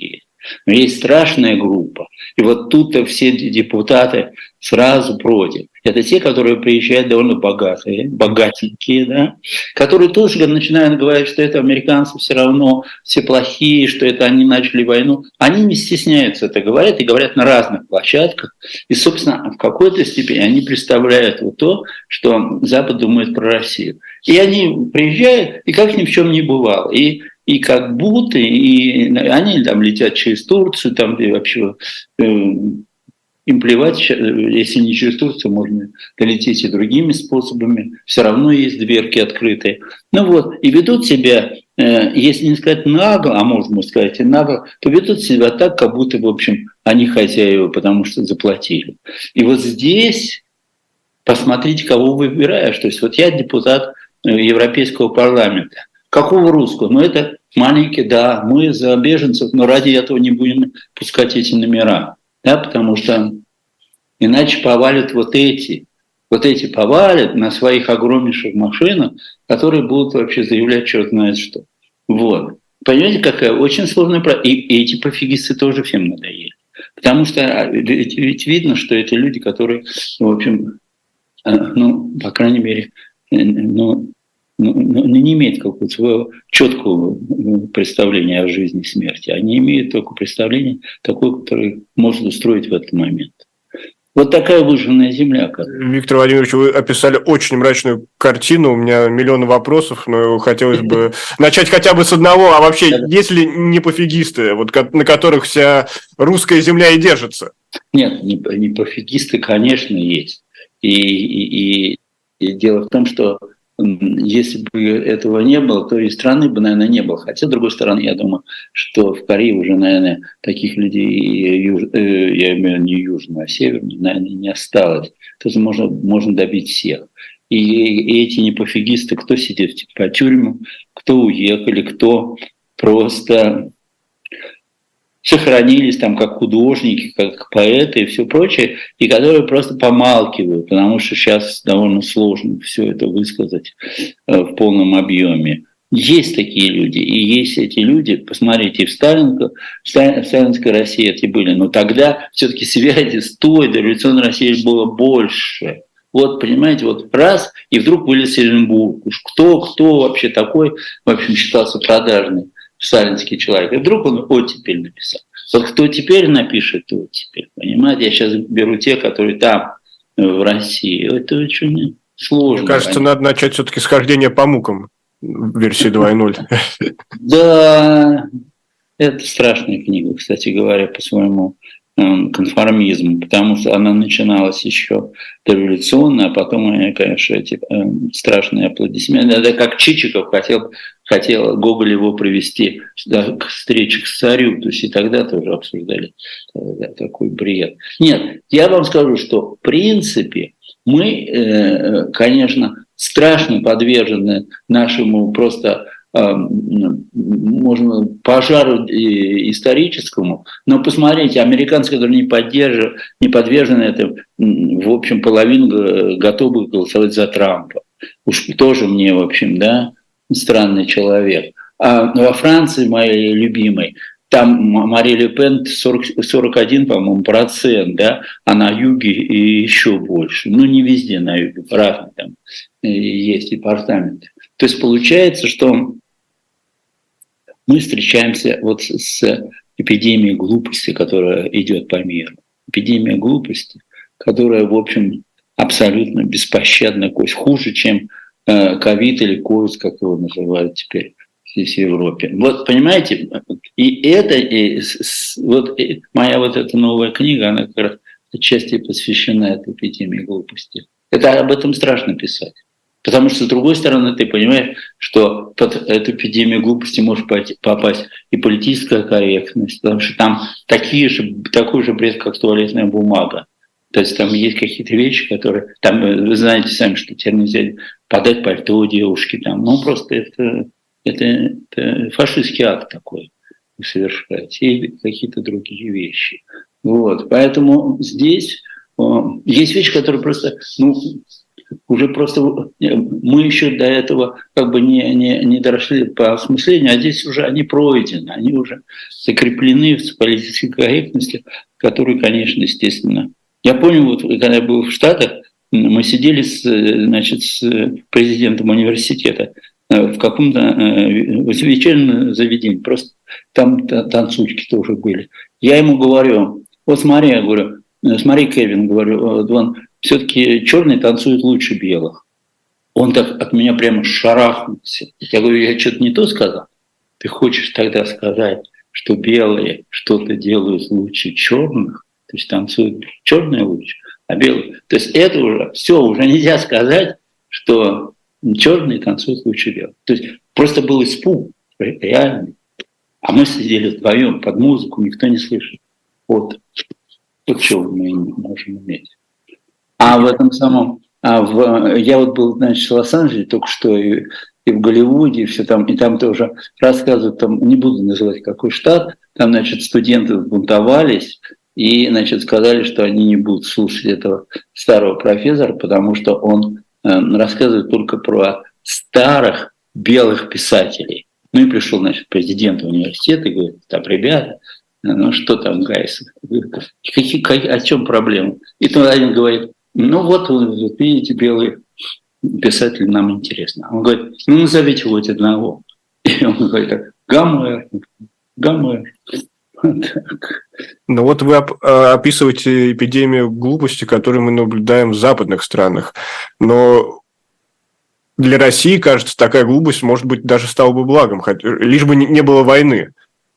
Но есть страшная группа. И вот тут-то все депутаты сразу против. Это те, которые приезжают довольно богатые, богатенькие, да, которые тоже начинают говорить, что это американцы все равно все плохие, что это они начали войну. Они не стесняются это говорят и говорят на разных площадках. И, собственно, в какой-то степени они представляют вот то, что Запад думает про Россию. И они приезжают, и как ни в чем не бывало. И И как будто, и они там летят через Турцию, там и вообще э, им плевать, если не через Турцию, можно долететь и другими способами, все равно есть дверки открытые. Ну вот, и ведут себя, э, если не сказать нагло, а можно сказать и нагло, то ведут себя так, как будто, в общем, они хозяева, потому что заплатили. И вот здесь посмотрите, кого выбираешь. То есть вот я депутат Европейского парламента. Какого русского? Ну, это маленький, да, мы за беженцев, но ради этого не будем пускать эти номера, да, потому что иначе повалят вот эти, вот эти повалят на своих огромнейших машинах, которые будут вообще заявлять черт знает что. Вот. Понимаете, какая очень сложная проблема. И, и эти пофигисты тоже всем надоели. Потому что ведь, ведь видно, что это люди, которые, в общем, ну, по крайней мере, ну, Ну, не имеют какого-то своего четкого представления о жизни и смерти. Они имеют только представление такое, которое можно устроить в этот момент. Вот такая выжженная земля. Виктор Владимирович, вы описали очень мрачную картину. У меня миллионы вопросов, но хотелось бы начать хотя бы с одного. А вообще, есть ли не пофигисты, вот, на которых вся русская земля и держится? Нет, не пофигисты, конечно, есть. И, и, и дело в том, что если бы этого не было, то и страны бы, наверное, не было. Хотя, с другой стороны, я думаю, что в Корее уже, наверное, таких людей, юж... я имею в виду не южного, а северного, наверное, не осталось. То есть можно, можно добить всех. И, и эти непофигисты, кто сидит по тюрьмам, кто уехали, кто просто сохранились там как художники, как поэты и все прочее, и которые просто помалкивают, потому что сейчас довольно сложно все это высказать в полном объеме. Есть такие люди, и есть эти люди, посмотрите, в, Сталинко, в сталинской России эти были, но тогда все-таки связи с той дореволюционной Россией было больше. Вот, понимаете, вот раз, и вдруг вылез Оренбург. Уж кто, кто вообще такой, в общем, считался продажный сталинский человек. И вдруг он оттепель написал. Вот кто теперь напишет оттепель, понимаете? Я сейчас беру те, которые там, в России. Это очень сложно. Мне кажется, понятно. Надо начать все-таки с хождения по мукам в версии два ноль. Да, это страшная книга, кстати говоря, по своему конформизму, потому что она начиналась еще дореволюционно, а потом, конечно, эти страшные аплодисменты. Это как Чичиков хотел, хотел Гоголь его привести да, к встрече с царем, то есть и тогда тоже обсуждали да, такой бред. Нет, я вам скажу, что в принципе мы, конечно, страшно подвержены нашему просто можно пожару историческому, но посмотрите, американцы, которые не поддерживают, не подвержены этому, в общем, половину готовы голосовать за Трампа. Уж тоже мне, в общем, да, странный человек. А во Франции, моей любимой, там Мари Ле Пен сорок, сорок один, по-моему, процент, да, а на юге и еще больше. Ну, не везде на юге, разные там есть департаменты. То есть получается, что мы встречаемся вот с эпидемией глупости, которая идет по миру. Эпидемия глупости, которая, в общем, абсолютно беспощадна, кость хуже, чем ковид или ковид, как его называют теперь здесь в Европе. Вот, понимаете, и это, и, вот и моя вот эта новая книга, она как раз отчасти посвящена этой эпидемии глупости. Это об этом страшно писать. Потому что, с другой стороны, ты понимаешь, что под эту эпидемию глупости может попасть и политическая корректность, потому что там такие же, такой же бред, как туалетная бумага. То есть там есть какие-то вещи, которые... Там, вы знаете сами, что теперь нельзя подать пальто девушке. Там, ну, просто это, это, это фашистский акт такой совершать. И какие-то другие вещи. Вот. Поэтому здесь есть вещи, которые просто... Ну, уже просто мы еще до этого как бы не, не, не дошли по осмыслению, а здесь уже они пройдены, они уже закреплены в политической корректности, которую, конечно, естественно. Я помню, вот когда я был в Штатах, мы сидели с, значит, с президентом университета в каком-то вечернем заведении, просто там танцучки тоже были. Я ему говорю, вот смотри, я говорю, смотри, Кевин, говорю, он все-таки черные танцуют лучше белых. Он так от меня прямо шарахнулся. Я говорю, я что-то не то сказал? Ты хочешь тогда сказать, что белые что-то делают лучше черных? То есть танцуют черные лучше, а белые. То есть это уже все, уже нельзя сказать, что черные танцуют лучше белых. То есть просто был испуг реальный. А мы сидели вдвоем под музыку, никто не слышит. Вот, вот что мы можем иметь. А в этом самом, а в, я вот был, значит, в Лос-Анджелесе только что и, и в Голливуде, и все там, и там тоже рассказывают, там не буду называть какой штат, там, значит, студенты бунтовались и, значит, сказали, что они не будут слушать этого старого профессора, потому что он э, рассказывает только про старых белых писателей. Ну и пришел, значит, президент университета и говорит, там, ребята, ну что там, гайс, какие, какие, о чем проблема? И тут один говорит, ну вот, вот видите, белые писатели нам интересно. Он говорит, ну назовите хоть одного. И он говорит, Гомер, Гомер. Ну вот вы описываете эпидемию глупости, которую мы наблюдаем в западных странах. Но для России, кажется, такая глупость, может быть, даже стала бы благом, лишь бы не было войны.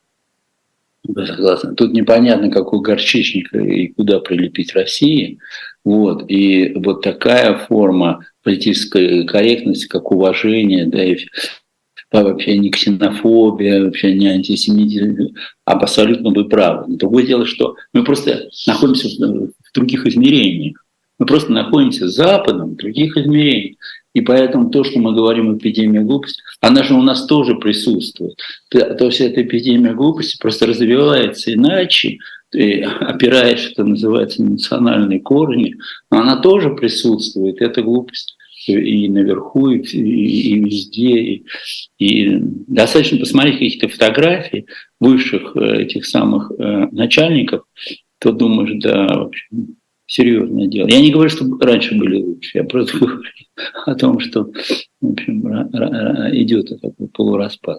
Согласен. Тут непонятно, какой горчичник и куда прилепить России. Вот. И вот такая форма политической корректности, как уважение, да, и вообще не ксенофобия, вообще не антисемитизм, а абсолютно вы правы. Но другое дело, что мы просто находимся в других измерениях. Мы просто находимся с Западом в других измерениях. И поэтому то, что мы говорим о эпидемии глупости, она же у нас тоже присутствует. То есть эта эпидемия глупости просто развивается иначе, опираясь, что называется, на национальные корни, но она тоже присутствует, эта глупость и наверху, и, и, и везде. И, и достаточно посмотреть какие-то фотографии высших этих самых э, начальников, то думаешь, да, в общем, серьезное дело. Я не говорю, что раньше были лучше, я просто говорю о том, что, в общем, идет такой полураспад.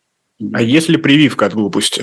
А есть ли прививка от глупости?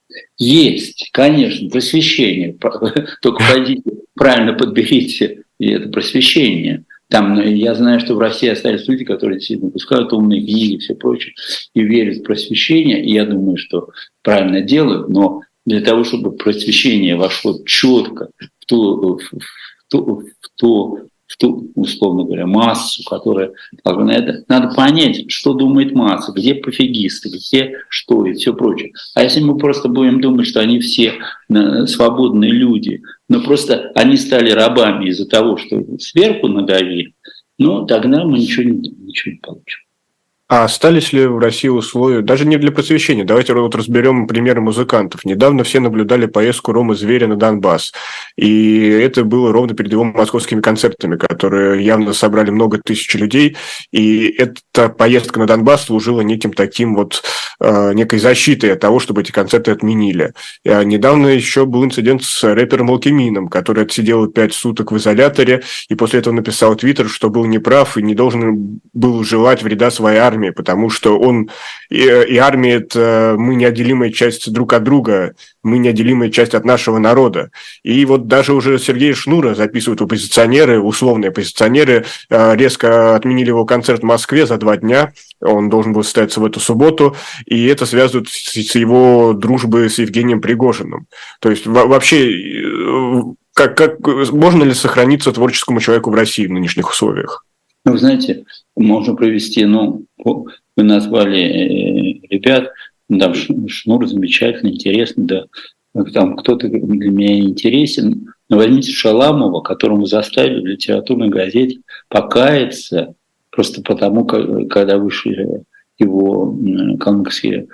Есть, конечно, просвещение. Только пойдите, правильно подберите, и это просвещение. Там, я знаю, что в России остались люди, которые действительно пускают умные книги и все прочее, и верят в просвещение, и я думаю, что правильно делают, но для того, чтобы просвещение вошло четко в ту, в ту, в ту, в ту условно говоря, массу, которая должна это, надо понять, что думает масса, где пофигисты, где что и все прочее. А если мы просто будем думать, что они все свободные люди, но просто они стали рабами из-за того, что сверху надавили, ну тогда мы ничего не, ничего не получим. А остались ли в России условия, даже не для просвещения, давайте вот разберем примеры музыкантов. Недавно все наблюдали поездку Ромы Зверя на Донбасс, и это было ровно перед его московскими концертами, которые явно собрали много тысяч людей, и эта поездка на Донбасс служила неким таким вот, э, некой защитой от того, чтобы эти концерты отменили. А недавно еще был инцидент с рэпером Алкемином, который отсидел пять суток в изоляторе, и после этого написал в Твиттер, что был неправ и не должен был желать вреда своей армии, потому что он и, и армия – это мы неотделимая часть друг от друга, мы неотделимая часть от нашего народа. И вот даже уже Сергея Шнура записывают оппозиционеры, условные оппозиционеры, резко отменили его концерт в Москве за два дня, он должен был состояться в эту субботу, и это связывают с его дружбой с Евгением Пригожиным. То есть вообще, как, как, можно ли сохраниться творческому человеку в России в нынешних условиях? Ну, вы знаете, можно провести, ну, вы назвали ребят, там Шнур замечательный, интересный, да, там кто-то для меня интересен, но возьмите Шаламова, которому заставили в литературной газете покаяться, просто потому, когда вышли его калмыцкие,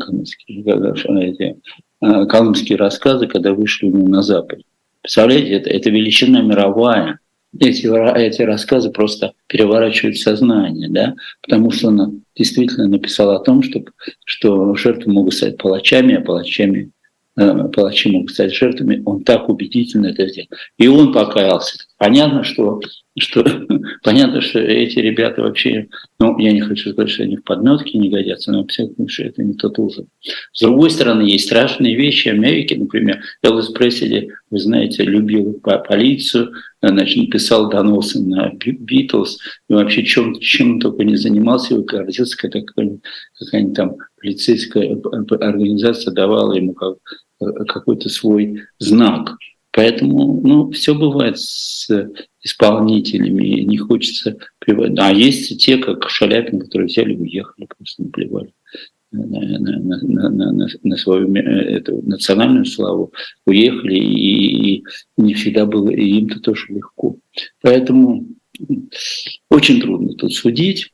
калмыцкие, калмыцкие рассказы, когда вышли на Западе. Представляете, это, это величина мировая. эти, эти рассказы просто переворачивают сознание, да, потому что он действительно написал о том, что, что жертвы могут стать палачами, а палачами, э, палачи могут стать жертвами. Он так убедительно это сделал. И он покаялся. Понятно, что, что, понятно, что эти ребята вообще, ну, я не хочу сказать, что они в подметке не годятся, но все, что это не тот уровень. С другой стороны, есть страшные вещи. Америки, например, Элвис Пресли, вы знаете, любил полицию, значит, написал доносы на Битлз, и вообще чем, чем он только не занимался, и гордился, когда какая-нибудь там полицейская организация давала ему как, какой-то свой знак. Поэтому, ну, все бывает с исполнителями, и не хочется приводить. А есть те, как Шаляпин, которые взяли и уехали, просто наплевали на, на, на, на, на, на свою эту национальную славу, уехали, и, и не всегда было и им-то тоже легко. Поэтому очень трудно тут судить.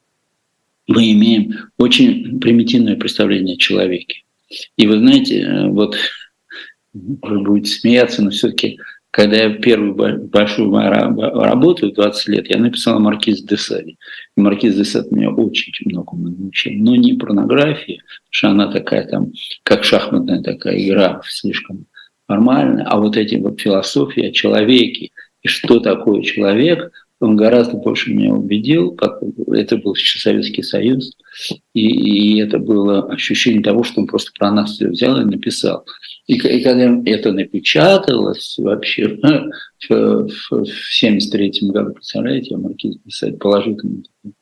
Мы имеем очень примитивное представление о человеке. И вы знаете, вот вы будете смеяться, но все-таки, когда я первую большую работу в двадцать лет, я написал «Маркиз де Саде». И «Маркиз де Саде» меня очень многому научил. Но не порнографии, потому что она такая там, как шахматная такая игра, слишком формальная, а вот эти вот философии о человеке. И что такое человек, он гораздо больше меня убедил, как это был еще Советский Союз, и, и это было ощущение того, что он просто про нас все взял и написал. И, и когда это напечаталось вообще в, в, в семьдесят третьем году, представляете, Маркиз де Саде положительно,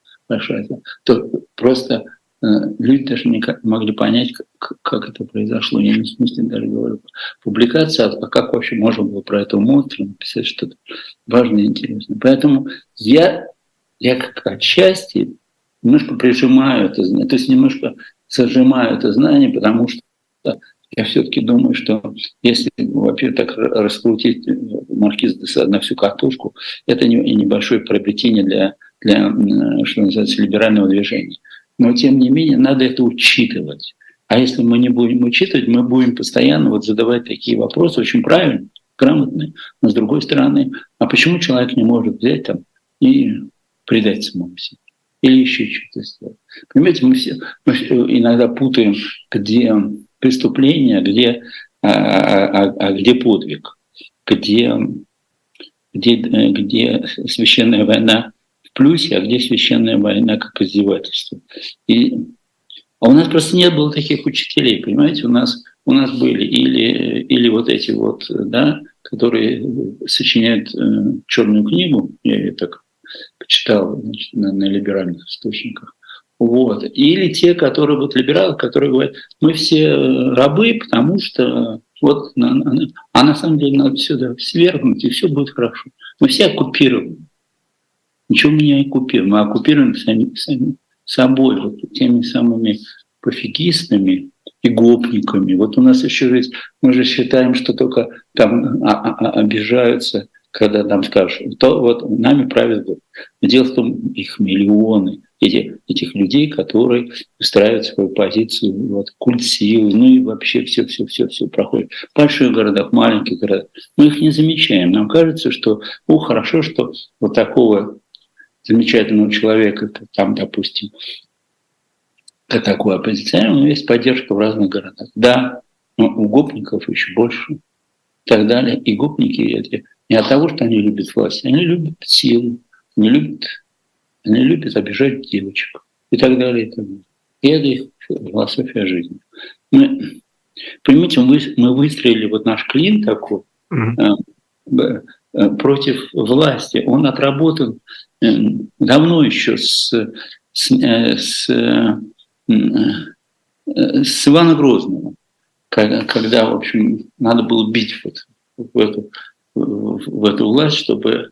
то просто э, люди даже не могли понять, как, как это произошло. Я не в смысле даже говорю публикация, а как вообще можно было про этого монстра написать что-то важное и интересное. Поэтому я, я как отчасти немножко прижимаю это знание, то есть немножко сожимаю это знание, потому что я все-таки думаю, что если, во-первых, так раскрутить Маркиз де Саде на всю катушку, это небольшое приобретение для, для, что называется, либерального движения. Но, тем не менее, надо это учитывать. А если мы не будем учитывать, мы будем постоянно вот задавать такие вопросы, очень правильные, грамотные. Но, с другой стороны, а почему человек не может взять там и предать самому себе? Или еще что-то сделать? Понимаете, мы все мы иногда путаем, где преступление, где, а, а, а где подвиг, где, где, где священная война в плюсе, а где священная война как издевательство. И, а у нас просто не было таких учителей, понимаете, у нас, у нас были или, или вот эти вот, да, которые сочиняют э, черную книгу, я ее так почитал, значит, на, на либеральных источниках. Вот. Или те, которые вот либералы, которые говорят, мы все рабы, потому что вот, а на самом деле надо сюда свергнуть, и все будет хорошо. Мы все оккупированы. Ничего мы не оккупируем, мы оккупируем сами, сами собой, вот, теми самыми пофигистами и гопниками. Вот у нас еще есть, мы же считаем, что только там обижаются, когда нам скажут, то вот нами правят гопники. Дело в том, их миллионы. Эти, этих людей, которые устраивают свою позицию, вот, культ силы, ну и вообще все-все-все-все проходит. В больших городах, маленьких городах. Мы их не замечаем. Нам кажется, что, о, хорошо, что вот такого замечательного человека, там, допустим, такой оппозиционер, есть поддержка в разных городах. Да, но у гопников еще больше. И так далее. И гопники эти не от того, что они любят власть, они любят силу, они любят Они любят обижать девочек и так далее. И, так далее. И это их философия жизни. Мы, понимаете, мы, мы выстроили вот наш клин такой mm-hmm. э, э, против власти. Он отработан э, давно еще с, с, э, с, э, э, с Ивана Грозного, когда, когда, в общем, надо было бить вот в, эту, в, в эту власть, чтобы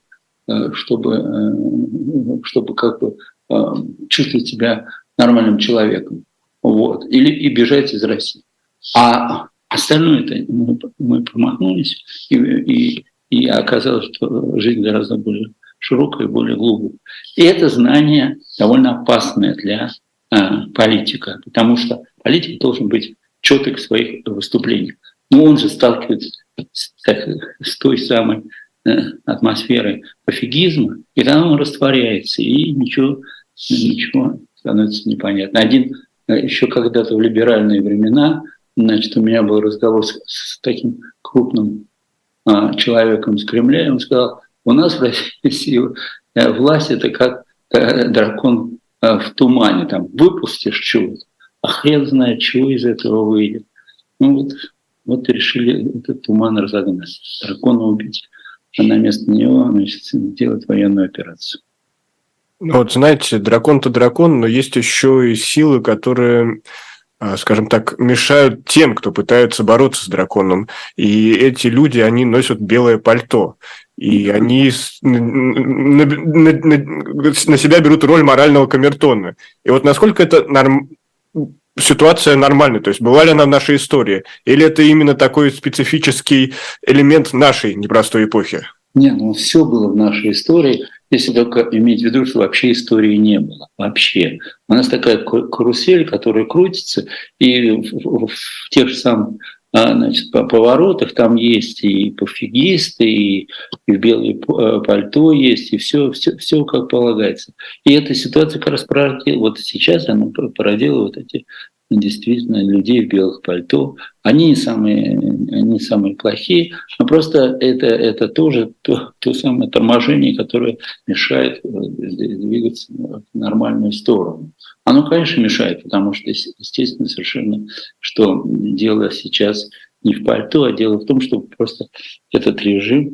чтобы, чтобы как бы чувствовать себя нормальным человеком. Вот. Или и бежать из России. А остальное это мы, мы промахнулись, и, и, и оказалось, что жизнь гораздо более широкая и более глубокая. И это знание довольно опасное для а, политика, потому что политик должен быть четок в своих выступлениях. Но он же сталкивается с, с той самой атмосферы пофигизма, и тогда он растворяется, и ничего, ничего становится непонятно. Один еще когда-то в либеральные времена, значит, у меня был разговор с, с таким крупным а, человеком с Кремля, и он сказал, у нас в России власть это как дракон в тумане, там выпустишь чего-то, а хрен знает, чего из этого выйдет. Ну вот, вот решили этот туман разогнать, дракона убить, а на место него, значит, делать военную операцию. Вот, знаете, дракон-то дракон, но есть еще и силы, которые, скажем так, мешают тем, кто пытается бороться с драконом. И эти люди, они носят белое пальто. И они на, на, на, на себя берут роль морального камертона. И вот насколько это норм... ситуация нормальная? То есть была ли она в нашей истории? Или это именно такой специфический элемент нашей непростой эпохи? Не, ну все было в нашей истории, если только иметь в виду, что вообще истории не было. Вообще. У нас такая карусель, которая крутится, и в, в тех же самых значит, по поворотах там есть и пофигисты, и, и в белое пальто есть, и все, все, все как полагается. И эта ситуация как раз породила, вот сейчас она породила вот эти действительно людей в белых пальто. Они не самые, они самые плохие, но просто это, это тоже то, то самое торможение, которое мешает двигаться в нормальную сторону. Оно, конечно, мешает, потому что, естественно, совершенно, что дело сейчас не в пальто, а дело в том, что просто этот режим,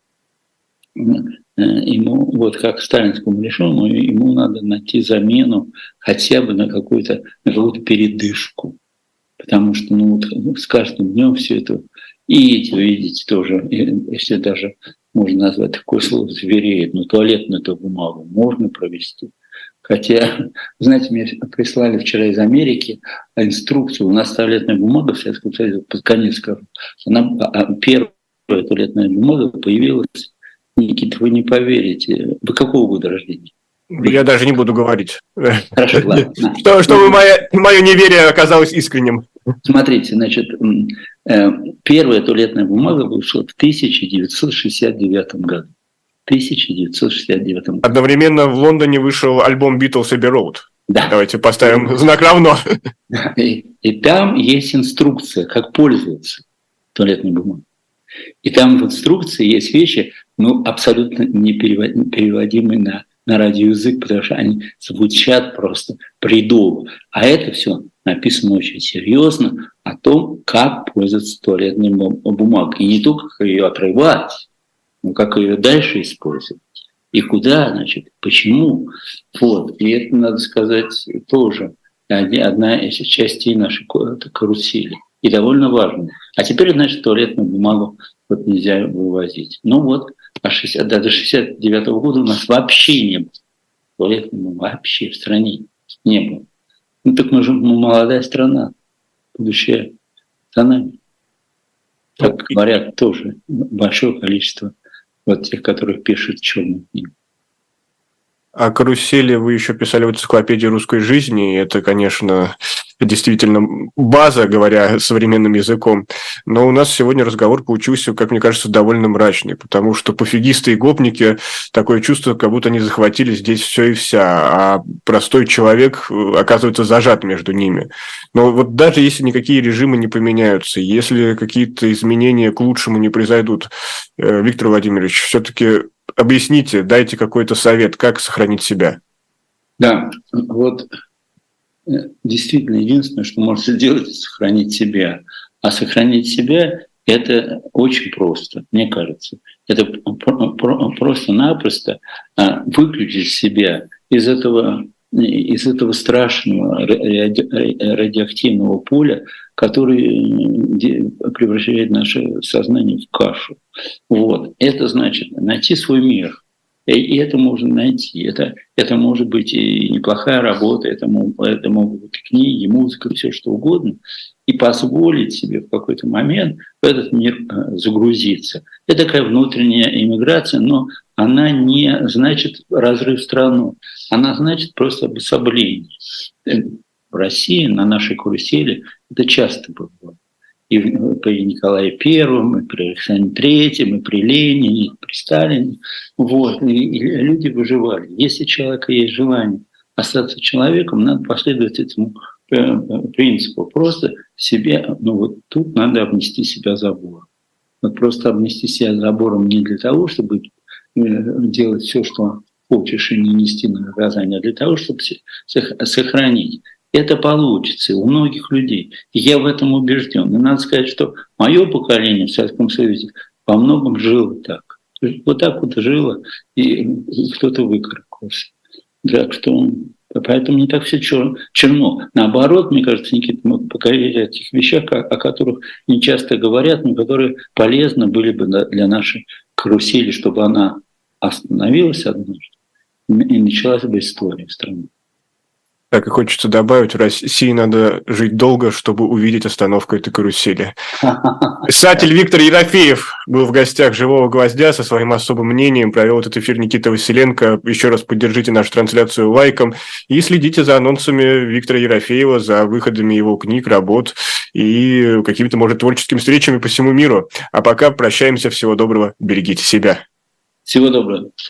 ему, вот как сталинскому режиму, ему надо найти замену хотя бы на какую-то, на какую-то передышку. Потому что ну, вот, с каждым днем все это, и эти, вы видите, тоже, если даже можно назвать такое слово, звереет, но туалетную-то бумагу можно провести. Хотя, знаете, мне прислали вчера из Америки инструкцию. У нас туалетная бумага в Советском Союзе, под конец скажу, она, первая туалетная бумага появилась, Никита, вы не поверите. Вы какого года рождения? Я даже не буду говорить. Хорошо, ладно. Что, чтобы мое, мое неверие оказалось искренним. Смотрите, значит, первая туалетная бумага вышла в тысяча девятьсот шестьдесят девятом году. тысяча девятьсот шестьдесят девятом году. Одновременно в Лондоне вышел альбом Beatles Abbey Road. Да. Давайте поставим знак равно. И, и там есть инструкция, как пользоваться туалетной бумагой. И там в инструкции есть вещи, ну, абсолютно непереводимые на, на радиоязык, потому что они звучат просто бредово. А это все написано очень серьезно о том, как пользоваться туалетной бумагой. И не только как ее отрывать, но как ее дальше использовать. И куда, значит, почему. Вот. И это, надо сказать, тоже одна из частей нашей карусели. И довольно важно. А теперь, значит, туалетную бумагу вот нельзя вывозить. Ну вот, а шестьдесят, да, до шестьдесят девятого года у нас вообще не было. Туалетной бумаги вообще в стране не было. Ну так мы же ну, молодая страна, будущая страна. Как говорят, тоже большое количество вот тех, которых пишут черную книгу. О карусели вы еще писали в энциклопедии русской жизни, и это, конечно, действительно база, говоря современным языком. Но у нас сегодня разговор получился, как мне кажется, довольно мрачный, потому что пофигисты и гопники, такое чувство, как будто они захватили здесь все и вся, а простой человек оказывается зажат между ними. Но вот даже если никакие режимы не поменяются, если какие-то изменения к лучшему не произойдут, Виктор Владимирович, все-таки объясните, дайте какой-то совет, как сохранить себя. Да, вот действительно единственное, что можно сделать, это сохранить себя. А сохранить себя – это очень просто, мне кажется. Это просто-напросто выключить себя из этого, из этого страшного радиоактивного поля, который превращает наше сознание в кашу. Вот. Это значит найти свой мир. И это можно найти. Это, это может быть и неплохая работа, это, это могут быть книги, музыка, все что угодно. И позволить себе в какой-то момент в этот мир загрузиться. Это такая внутренняя иммиграция, но она не значит разрыв страны. Она значит просто обособление. В России, на нашей карусели, это часто бывает. и при Николае Первом, и при Александре Третьем, и при Ленине, и при Сталине. Вот. И, и люди выживали. Если у человека есть желание остаться человеком, надо последовать этому принципу. Просто себе, ну вот тут надо обнести себя забором. Вот просто обнести себя забором не для того, чтобы делать все, что хочешь, и не нести наказание, а для того, чтобы сохранить. Это получится у многих людей. И я в этом убежден. И надо сказать, что мое поколение в Советском Союзе во многом жило так. Вот так вот жило, и кто-то выкарабкался. Так что, поэтому не так все черно. Наоборот, мне кажется, Никита, мы поговорили о тех вещах, о которых не часто говорят, но которые полезны были бы для нашей карусели, чтобы она остановилась однажды и началась бы история страны. Так и хочется добавить, в России надо жить долго, чтобы увидеть остановку этой карусели. Писатель Виктор Ерофеев был в гостях «Живого гвоздя» со своим особым мнением. Провел этот эфир Никита Василенко. Еще раз поддержите нашу трансляцию лайком и следите за анонсами Виктора Ерофеева, за выходами его книг, работ и какими-то, может, творческими встречами по всему миру. А пока прощаемся. Всего доброго. Берегите себя. Всего доброго.